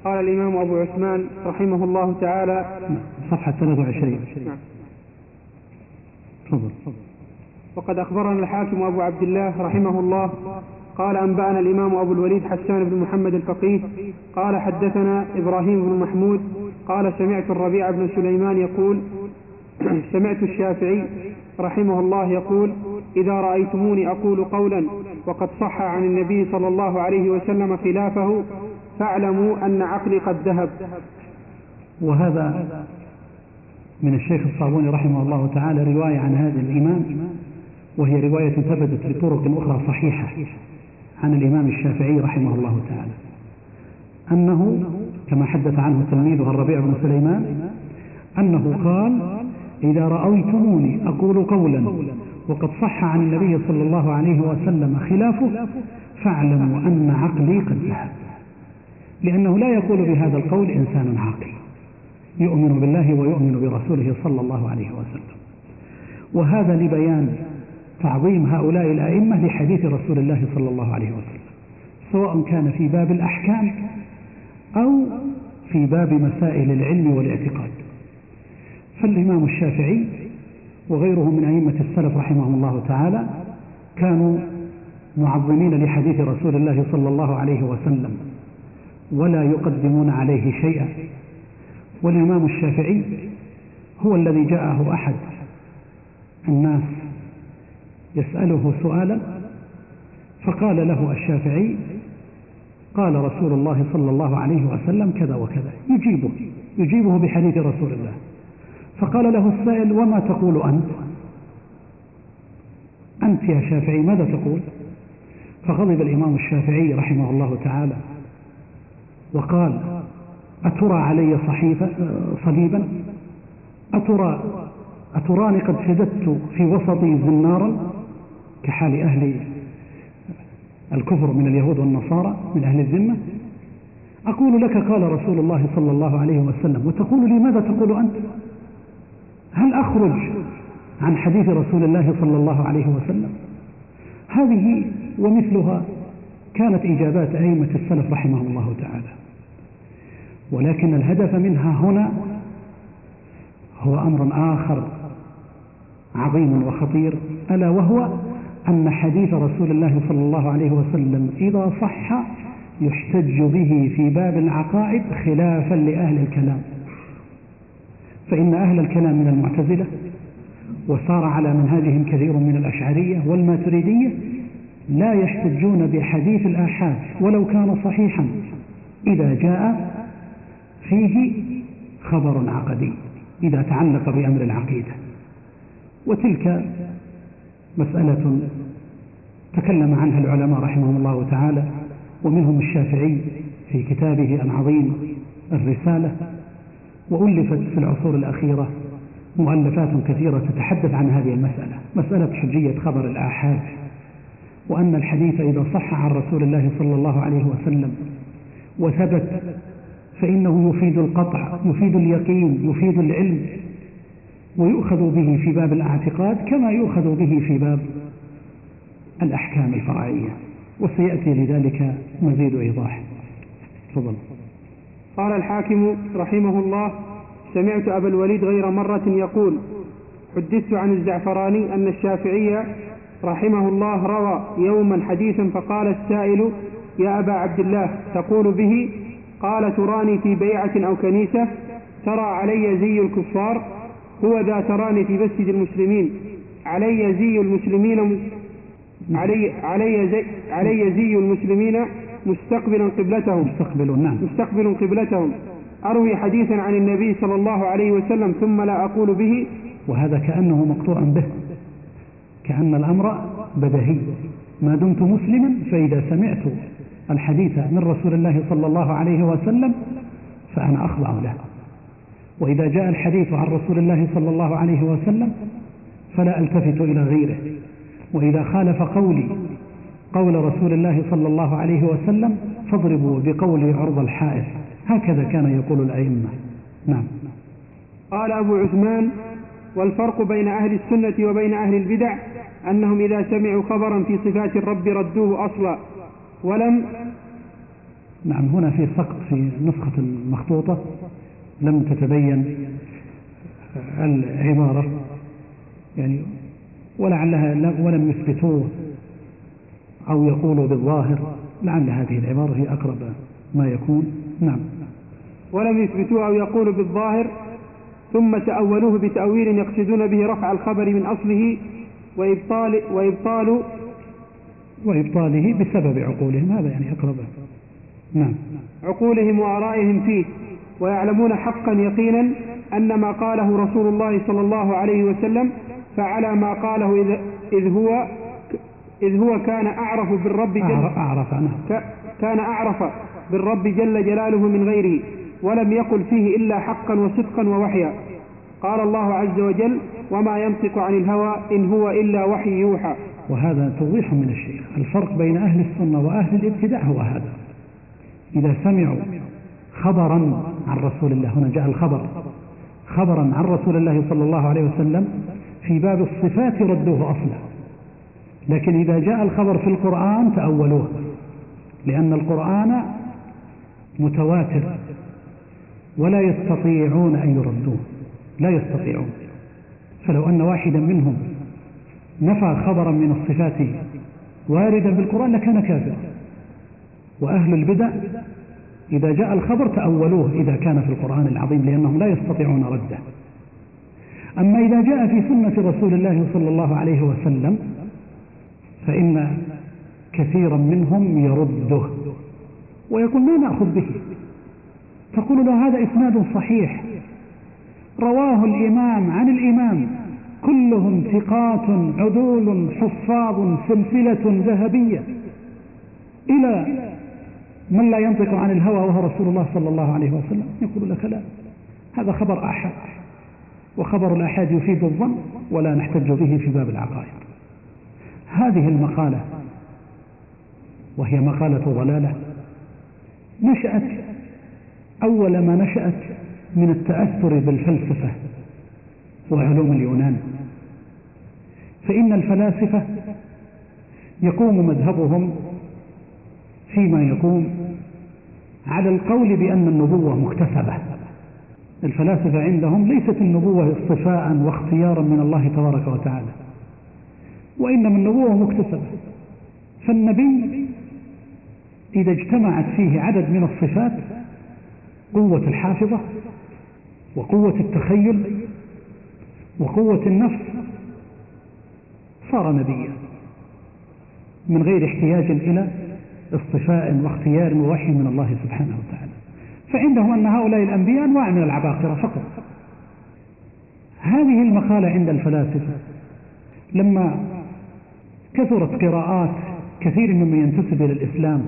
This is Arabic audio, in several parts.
قال الإمام أبو عثمان رحمه الله تعالى صفحة 23. تفضل. وقد أخبرنا الحاكم أبو عبد الله رحمه الله قال أنبأنا الإمام أبو الوليد حسان بن محمد الفقيه قال حدثنا إبراهيم بن محمود قال سمعت الربيع بن سليمان يقول سمعت الشافعي رحمه الله يقول إذا رأيتموني أقول قولا وقد صح عن النبي صلى الله عليه وسلم خلافه فاعلموا أن عقلي قد ذهب. وهذا من الشيخ الصابوني رحمه الله تعالى رواية عن هذا الإمام، وهي رواية ثبتت بطرق أخرى صحيحة عن الإمام الشافعي رحمه الله تعالى، أنه كما حدث عنه تلميذه الربيع بن سليمان أنه قال إذا رأيتموني أقول قولا وقد صح عن النبي صلى الله عليه وسلم خلافه فاعلموا أن عقلي قد ذهب، لأنه لا يقول بهذا القول إنسان عاقل يؤمن بالله ويؤمن برسوله صلى الله عليه وسلم. وهذا لبيان تعظيم هؤلاء الأئمة لحديث رسول الله صلى الله عليه وسلم، سواء كان في باب الأحكام أو في باب مسائل العلم والاعتقاد. فالإمام الشافعي وغيره من أئمة السلف رحمهم الله تعالى كانوا معظمين لحديث رسول الله صلى الله عليه وسلم ولا يقدمون عليه شيئا. والإمام الشافعي هو الذي جاءه أحد الناس يسأله سؤالا فقال له الشافعي قال رسول الله صلى الله عليه وسلم كذا وكذا، يجيبه بحديث رسول الله. فقال له السائل وما تقول أنت يا شافعي ماذا تقول؟ فغضب الإمام الشافعي رحمه الله تعالى وقال أترى علي صليبا؟ أتراني قد سددت في وسطي زنارا كحال أهل الكفر من اليهود والنصارى من أهل الذمة؟ أقول لك قال رسول الله صلى الله عليه وسلم وتقول لي ماذا تقول أنت؟ هل أخرج عن حديث رسول الله صلى الله عليه وسلم؟ هذه ومثلها كانت إجابات أئمة السلف رحمهم الله تعالى. ولكن الهدف منها هنا هو أمر آخر عظيم وخطير، ألا وهو أن حديث رسول الله صلى الله عليه وسلم إذا صح يحتج به في باب العقائد خلافا لأهل الكلام. فإن أهل الكلام من المعتزلة وصار على منهجهم كثير من الأشعرية والماتريدية لا يحتجون بحديث الآحاد ولو كان صحيحا إذا جاء فيه خبر عقدي إذا تعلق بأمر العقيدة. وتلك مسألة تكلم عنها العلماء رحمهم الله تعالى، ومنهم الشافعي في كتابه العظيم الرسالة، وألفت في العصور الأخيرة مؤلفات كثيرة تتحدث عن هذه المسألة، مسألة حجية خبر الآحاد، وأن الحديث إذا صح عن رسول الله صلى الله عليه وسلم وثبت فإنه يفيد القطع، يفيد اليقين، يفيد العلم، ويؤخذ به في باب الاعتقاد كما يؤخذ به في باب الأحكام الفرعية، وسيأتي لذلك مزيد إيضاح. تفضل. قال الحاكم رحمه الله سمعت أبا الوليد غير مرة يقول حدثت عن الزعفراني أن الشافعي رحمه الله روى يوما حديثا فقال السائل يا أبا عبد الله تقول به؟ قال تراني في بيعة أو كنيسة ترى علي زي الكفار، هو ذا تراني في مسجد المسلمين علي زي المسلمين علي زي المسلمين مستقبل قبلتهم أروي حديثا عن النبي صلى الله عليه وسلم ثم لا أقول به. وهذا كأنه مقطوع به، كأن الأمر بدهي، ما دمت مسلما فإذا سمعت الحديث من رسول الله صلى الله عليه وسلم فأنا أخضع له، وإذا جاء الحديث عن رسول الله صلى الله عليه وسلم فلا ألتفت إلى غيره، وإذا خالف قولي قول رسول الله صلى الله عليه وسلم فاضربوا بقولي عرض الحائط. هكذا كان يقول الأئمة. نعم. قال أبو عثمان والفرق بين أهل السنة وبين أهل البدع أنهم إذا سمعوا خبرا في صفات الرب ردوه أصلا نعم، هنا في سقط في نسخة المخطوطة، لم تتبين العبارة يعني، ولعلها ولم يثبتوه أو يقولوا بالظاهر، لعل هذه العبارة هي أقرب ما يكون. نعم. ولم يثبتوه أو يقولوا بالظاهر، ثم تأولوه بتأويل يقصدون به رفع الخبر من أصله وإبطاله بسبب عقولهم، هذا يعني أقرب. نعم. عقولهم وآرائهم فيه، ويعلمون حقا يقينا أن ما قاله رسول الله صلى الله عليه وسلم فعلى ما قاله إذ هو كان أعرف بالرب جل جلاله من غيره، ولم يقل فيه إلا حقا وصدقا ووحيا. قال الله عز وجل: وما ينطق عن الهوى إن هو إلا وحي يوحى. وهذا توضيح من الشيخ. الفرق بين أهل السنة وأهل الابتداع هو هذا: إذا سمعوا خبرا عن رسول الله، هنا جاء الخبر خبرا عن رسول الله صلى الله عليه وسلم في باب الصفات ردوه أصلا، لكن إذا جاء الخبر في القرآن تأولوه، لأن القرآن متواتر ولا يستطيعون أن يردوه، لا يستطيعون. فلو أن واحدا منهم نفى خبرا من الصفات واردا بالقرآن لكان كافرا. وأهل البدع إذا جاء الخبر تأولوه إذا كان في القرآن العظيم، لأنهم لا يستطيعون رده. أما إذا جاء في سنة رسول الله صلى الله عليه وسلم فإن كثيرا منهم يرده ويقول ما نأخذ به، تقول له هذا إسناد صحيح رواه الإمام عن الإمام، كلهم ثقات عدول حفاظ سلسلة ذهبية، إلى من لا ينطق عن الهوى وهو رسول الله صلى الله عليه وسلم، يقول لك لا، هذا خبر أحد، وخبر الأحاد يفيد الظن ولا نحتج به في باب العقائد. هذه المقالة، وهي مقالة ضلالة، نشأت أول ما نشأت من التأثر بالفلسفة وعلوم اليونان. فإن الفلاسفة يقوم مذهبهم فيما يقوم على القول بأن النبوة مكتسبة. الفلاسفة عندهم ليست النبوة اصطفاء واختيارا من الله تبارك وتعالى، وإنما النبوة مكتسبة. فالنبي إذا اجتمعت فيه عدد من الصفات، قوة الحافظة وقوة التخيل وقوة النفس، صار نبيا من غير احتياج إلى اصطفاء واختيار ووحي من الله سبحانه وتعالى. فعنده أن هؤلاء الأنبياء أنواع من العباقرة فقط. هذه المقالة عند الفلاسفة لما كثرت قراءات كثير ممن ينتسب إلى الإسلام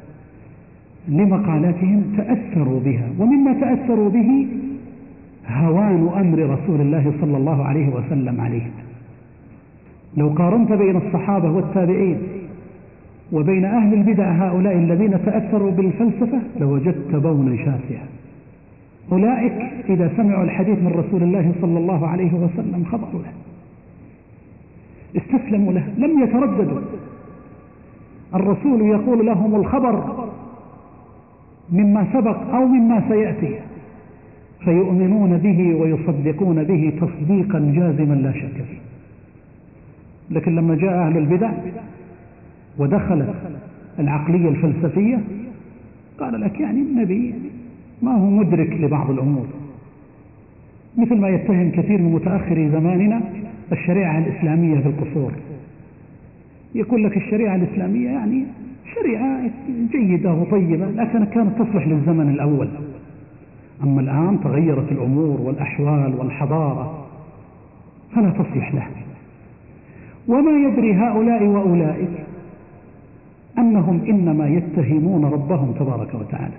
لمقالاتهم تأثروا بها، ومما تأثروا به هوان أمر رسول الله صلى الله عليه وسلم عليه. لو قارنت بين الصحابة والتابعين وبين أهل البدع هؤلاء الذين تأثروا بالفلسفة لوجدت بونا شاسعا. أولئك إذا سمعوا الحديث من رسول الله صلى الله عليه وسلم خضعوا له، استسلموا له، لم يترددوا. الرسول يقول لهم الخبر مما سبق أو مما سيأتي، فيؤمنون به ويصدقون به تصديقا جازما لا شك فيه. لكن لما جاء أهل البدع ودخلت العقلية الفلسفية قال لك يعني النبي ما هو مدرك لبعض الأمور، مثل ما يتهم كثير من متأخري زماننا الشريعة الإسلامية في القصور. يقول لك الشريعة الإسلامية يعني شريعة جيدة وطيبة، لكن كانت تصلح للزمن الأول، أما الآن تغيرت الأمور والأحوال والحضارة فلا تصلح له. وما يدري هؤلاء وأولئك أنهم إنما يتهمون ربهم تبارك وتعالى،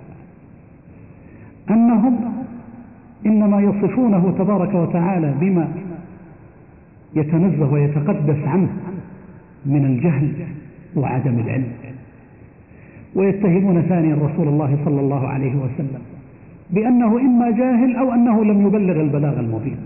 أنهم إنما يصفونه تبارك وتعالى بما يتنزه ويتقدس عنه من الجهل وعدم العلم، ويتهمون ثانيا رسول الله صلى الله عليه وسلم بأنه إما جاهل أو أنه لم يبلغ البلاغ المبين.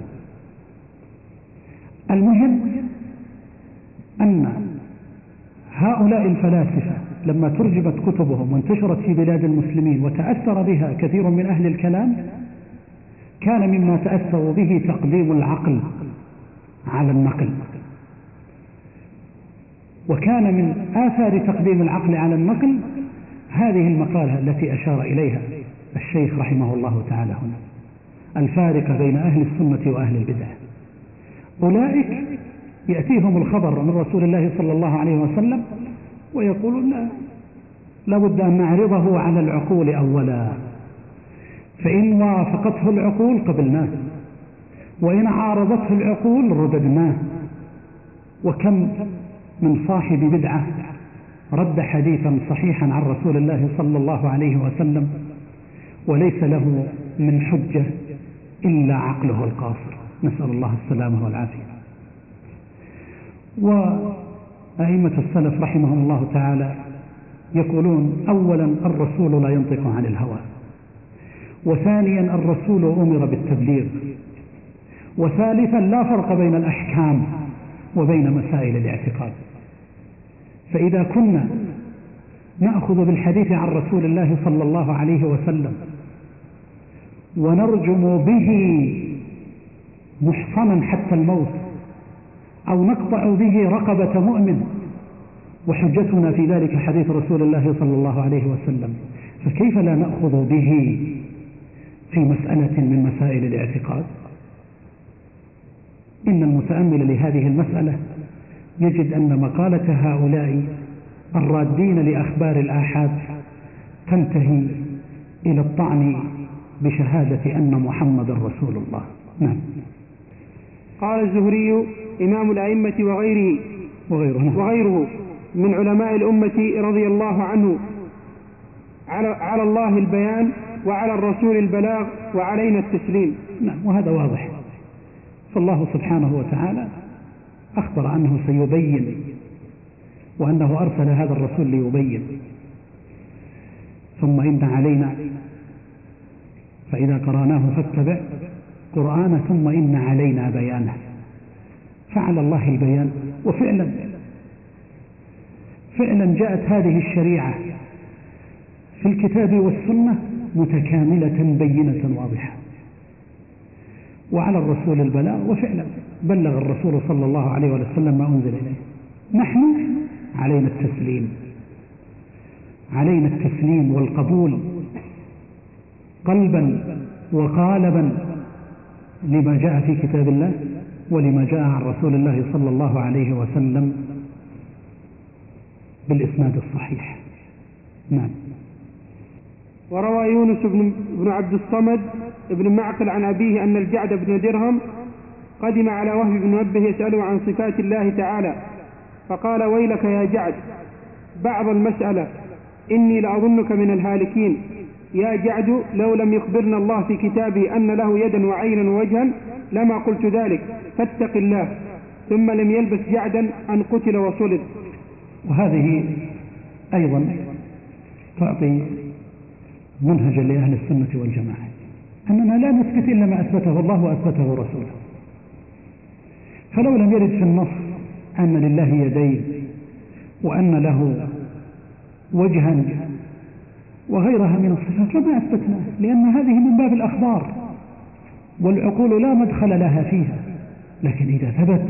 المهم أن هؤلاء الفلاسفة لما ترجمت كتبهم وانتشرت في بلاد المسلمين وتأثر بها كثير من أهل الكلام، كان مما تأثروا به تقديم العقل على النقل، وكان من آثار تقديم العقل على النقل هذه المقالة التي أشار إليها الشيخ رحمه الله تعالى هنا، الفارق بين أهل السنة وأهل البدع. أولئك يأتيهم الخبر من رسول الله صلى الله عليه وسلم ويقولون لا بد أن نعرضه على العقول أولا، فإن وافقته العقول قبلناه، وإن عارضته العقول رددناه. وكم من صاحب بدعة رد حديثا صحيحا عن رسول الله صلى الله عليه وسلم وليس له من حجة إلا عقله القاصر، نسأل الله السلامة والعافية. وأئمة السلف رحمهم الله تعالى يقولون: أولا الرسول لا ينطق عن الهوى، وثانيا الرسول أمر بالتبليغ، وثالثا لا فرق بين الأحكام وبين مسائل الاعتقاد. فإذا كنا نأخذ بالحديث عن رسول الله صلى الله عليه وسلم ونرجم به محصنا حتى الموت، أو نقطع به رقبة مؤمن، وحجتنا في ذلك حديث رسول الله صلى الله عليه وسلم، فكيف لا نأخذ به في مسألة من مسائل الاعتقاد؟ إن المتأمل لهذه المسألة يجد أن مقالة هؤلاء الرادين لأخبار الآحاد تنتهي إلى الطعن بشهادة أن محمد رسول الله. نعم. قال الزهري إمام الأئمة وغيره من علماء الأمة رضي الله عنه: على الله البيان، وعلى الرسول البلاغ، وعلينا التسليم. نعم، وهذا واضح. فالله سبحانه وتعالى أخبر أنه سيبين، وأنه أرسل هذا الرسول ليبين. ثم إن علينا، فإذا قرأناه فاتبع قرآنه، ثم إن علينا بيانه. فعلى الله البيان، وفعلا جاءت هذه الشريعة في الكتاب والسنة متكاملة بينة واضحة. وعلى الرسول البلاغ، وفعلا بلغ الرسول صلى الله عليه وسلم ما أنزل إليه. نحن علينا التسليم والقبول قلبا وقالبا لما جاء في كتاب الله ولما جاء عن رسول الله صلى الله عليه وسلم بالإسناد الصحيح. نعم. وروى يونس بن عبد الصمد بن معقل عن أبيه أن الجعد بن درهم قدم على وهب بن منبه يسأله عن صفات الله تعالى، فقال: ويلك يا جعد، بعض المسألة إني لأظنك من الهالكين. يا جعد، لو لم يخبرنا الله في كتابه أن له يدا وعينا ووجها لما قلت ذلك، فاتق الله. ثم لم يلبس جعدا أن قتل وصلب. وهذه أيضا تعطي منهجا لأهل السنة والجماعة، أننا لا نثبت إلا ما أثبته الله وأثبته رسوله. فلو لم يرد في النص أن لله يدين وأن له وجها وغيرها من الصفات لما أثبتناه، لأن هذه من باب الأخبار والعقول لا مدخل لها فيها. لكن إذا ثبت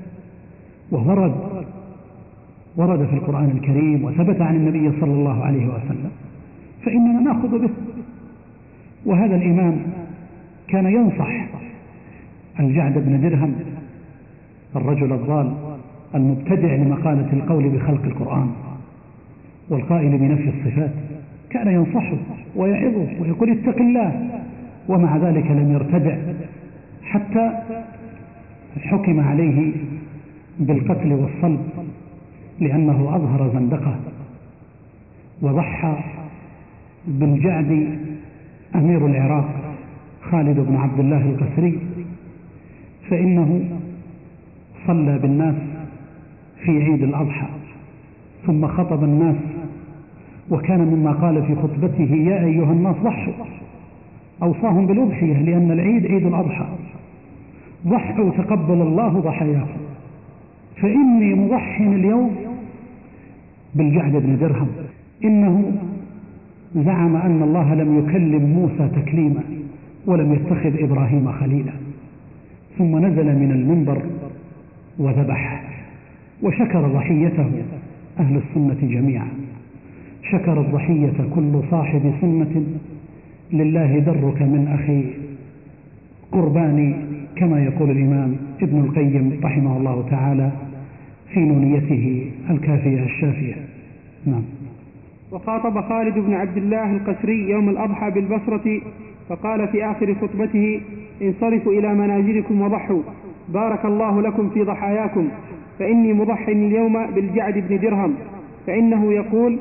ورد في القرآن الكريم وثبت عن النبي صلى الله عليه وسلم فإننا نأخذ به. وهذا الإمام كان ينصح الجعد بن درهم الرجل الضال المبتدع لمقالة القول بخلق القرآن والقائل بنفي الصفات، كان ينصحه ويعظه ويقول: اتق الله. ومع ذلك لم يرتدع حتى حكم عليه بالقتل والصلب، لأنه أظهر زندقة. وضحى بالجعد أمير العراق خالد بن عبد الله القسري، فإنه صلى بالناس في عيد الأضحى ثم خطب الناس، وكان مما قال في خطبته: يا أيها الناس ضحوا. أوصاهم بالأضحية لأن العيد عيد الأضحى. ضحوا تقبل الله ضحاياكم، فإني مضح اليوم بالجعد بن درهم. إنه زعم أن الله لم يكلم موسى تكليما ولم يتخذ إبراهيم خليلا، ثم نزل من المنبر وذبح وشكر ضحيته. أهل السنة جميعا شكر الضحية كل صاحب سنة، لله درك من أخي قرباني، كما يقول الإمام ابن القيم رحمه الله تعالى في نونيته الكافية الشافية. نعم. وخاطب خالد بن عبد الله القسري يوم الأضحى بالبصرة فقال في آخر خطبته: انصرفوا إلى منازلكم وضحوا، بارك الله لكم في ضحاياكم، فإني مضح اليوم بالجعد بن درهم، فإنه يقول: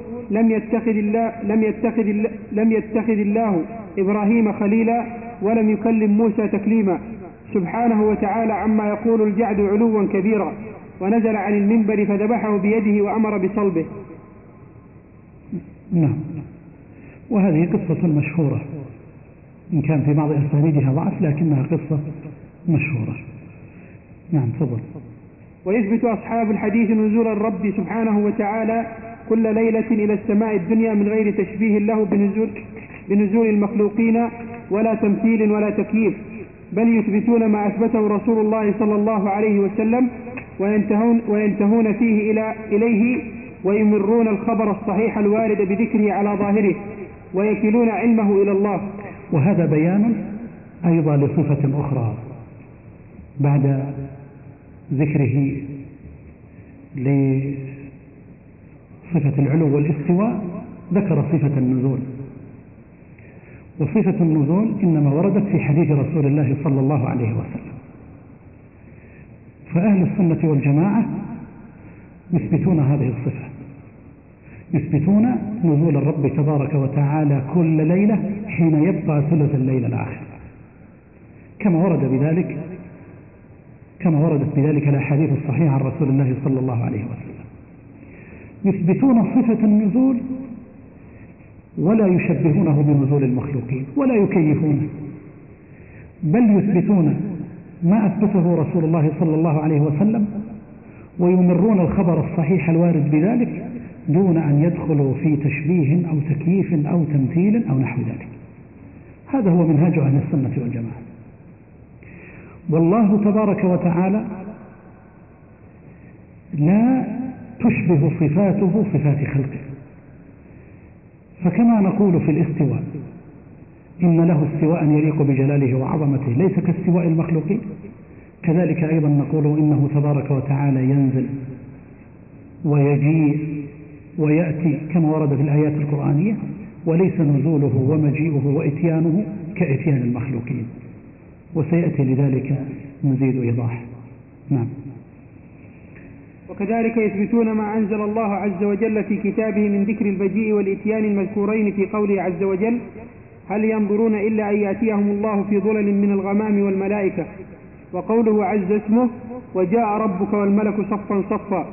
لم يتخذ الله إبراهيم خليلا ولم يكلم موسى تكليما، سبحانه وتعالى عما يقول الجعد علوا كبيرا. ونزل عن المنبر فذبحه بيده وأمر بصلبه. نعم. وهذه قصة مشهورة، إن كان في بعض أسانيدها ضعف لكنها قصة مشهورة. نعم تفضل. ويثبت أصحاب الحديث نزول الرب سبحانه وتعالى كل ليلة إلى السماء الدنيا من غير تشبيه له بنزول المخلوقين ولا تمثيل ولا تكييف، بل يثبتون ما أثبته رسول الله صلى الله عليه وسلم وينتهون فيه إليه، ويمرون الخبر الصحيح الوارد بذكره على ظاهره، ويكلون علمه إلى الله. وهذا بيان أيضا لصفة أخرى بعد ذكره لصفة العلو والاستواء، ذكر صفة النزول. وصفة النزول إنما وردت في حديث رسول الله صلى الله عليه وسلم. فأهل السنة والجماعة يثبتون هذه الصفة، يثبتون نزول الرب تبارك وتعالى كل ليلة حين يبقى ثلث الليل الآخر، كما وردت بذلك الأحاديث الصحيحة عن رسول الله صلى الله عليه وسلم. يثبتون صفة النزول ولا يشبهونه بنزول المخلوقين ولا يكيفونه، بل يثبتون ما أثبته رسول الله صلى الله عليه وسلم، ويمرون الخبر الصحيح الوارد بذلك دون أن يدخلوا في تشبيه أو تكييف أو تمثيل أو نحو ذلك. هذا هو منهاج أهل السنة والجماعة. والله تبارك وتعالى لا تشبه صفاته صفات خلقه، فكما نقول في الاستواء إن له استواء يليق بجلاله وعظمته ليس كاستواء المخلوقين، كذلك أيضا نقول إنه تبارك وتعالى ينزل ويجيء ويأتي كما ورد في الآيات القرآنية، وليس نزوله ومجيئه وإتيانه كإتيان المخلوقين، وسيأتي لذلك مزيد إيضاح. نعم. وكذلك يثبتون ما أنزل الله عز وجل في كتابه من ذكر المجيء والإتيان المذكورين في قوله عز وجل: هل ينظرون إلا أن يأتيهم الله في ظلل من الغمام والملائكة، وقوله عز اسمه: وجاء ربك والملك صفا صفا.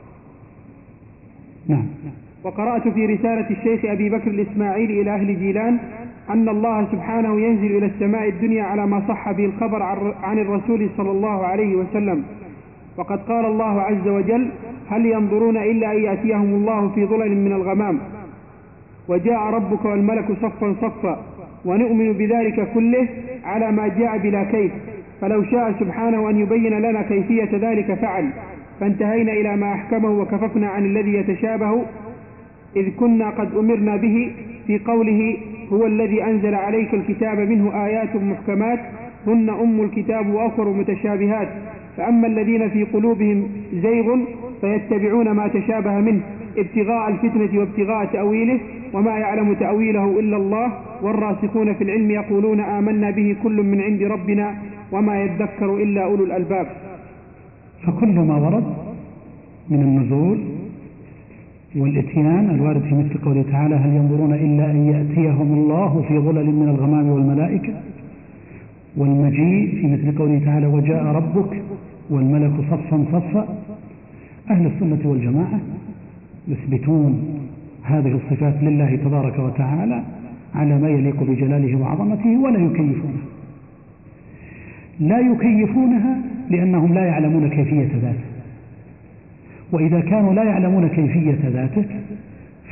نعم. وقرأت في رسالة الشيخ أبي بكر الإسماعيلي إلى أهل جيلان أن الله سبحانه ينزل إلى السماء الدنيا على ما صح به الخبر عن الرسول صلى الله عليه وسلم، وقد قال الله عز وجل: هل ينظرون إلا أن يأتيهم الله في ظلل من الغمام، وجاء ربك والملك صفا صفا. ونؤمن بذلك كله على ما جاء بلا كيف، فلو شاء سبحانه أن يبين لنا كيفية ذلك فعل، فانتهينا إلى ما أحكمه وكففنا عن الذي يتشابه، إذ كنا قد أمرنا به في قوله: هو الذي أنزل عليك الكتاب منه آيات محكمات هن أم الكتاب وأخر متشابهات، فأما الذين في قلوبهم زيغ فيتبعون ما تشابه منه ابتغاء الفتنة وابتغاء تأويله، وما يعلم تأويله إلا الله، والراسخون في العلم يقولون آمنا به كل من عند ربنا وما يذكر إلا أولو الألباب. فكل ما ورد من النزول والإتيان الوارد في مثل قوله تعالى: هل ينظرون إلا أن يأتيهم الله في ظلل من الغمام والملائكة، والمجيء في مثل قوله تعالى: وجاء ربك والملك صفا صفا. أهل السنة والجماعة يثبتون هذه الصفات لله تبارك وتعالى على ما يليق بجلاله وعظمته، ولا يكيفونها. لا يكيفونها لأنهم لا يعلمون كيفية ذاته، وإذا كانوا لا يعلمون كيفية ذاته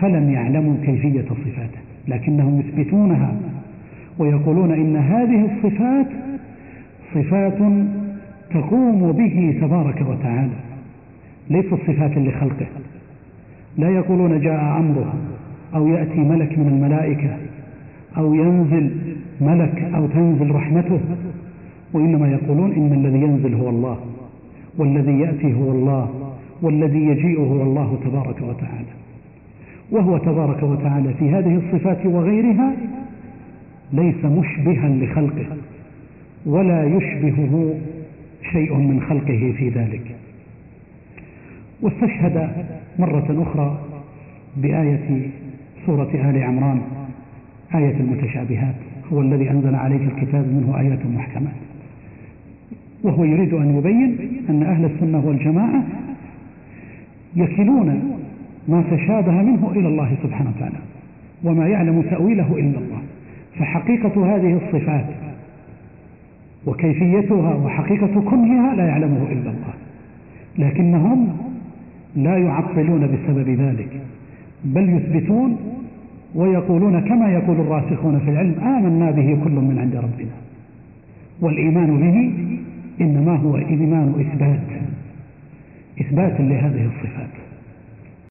فلم يعلموا كيفية صفاته، لكنهم يثبتونها ويقولون إن هذه الصفات صفات تقوم به تبارك وتعالى، ليست صفات لخلقه. لا يقولون جاء أمره أو يأتي ملك من الملائكة أو ينزل ملك أو تنزل رحمته، وإنما يقولون إن الذي ينزل هو الله، والذي يأتي هو الله، والذي يجيء هو الله تبارك وتعالى. وهو تبارك وتعالى في هذه الصفات وغيرها ليس مشبها لخلقه، ولا يشبهه شيء من خلقه في ذلك. واستشهد مرة أخرى بآية سورة آل عمران، آية المتشابهات: هو الذي أنزل عليك الكتاب منه آيات محكمات. وهو يريد أن يبين أن أهل السنة والجماعة يكلون ما تشابه منه إلى الله سبحانه وتعالى، وما يعلم تأويله إلا الله. فحقيقة هذه الصفات وكيفيتها وحقيقة كنهها لا يعلمه إلا الله، لكنهم لا يعطلون بسبب ذلك، بل يثبتون ويقولون كما يقول الراسخون في العلم: آمنا به كل من عند ربنا. والإيمان به إنما هو إيمان إثبات لهذه الصفات.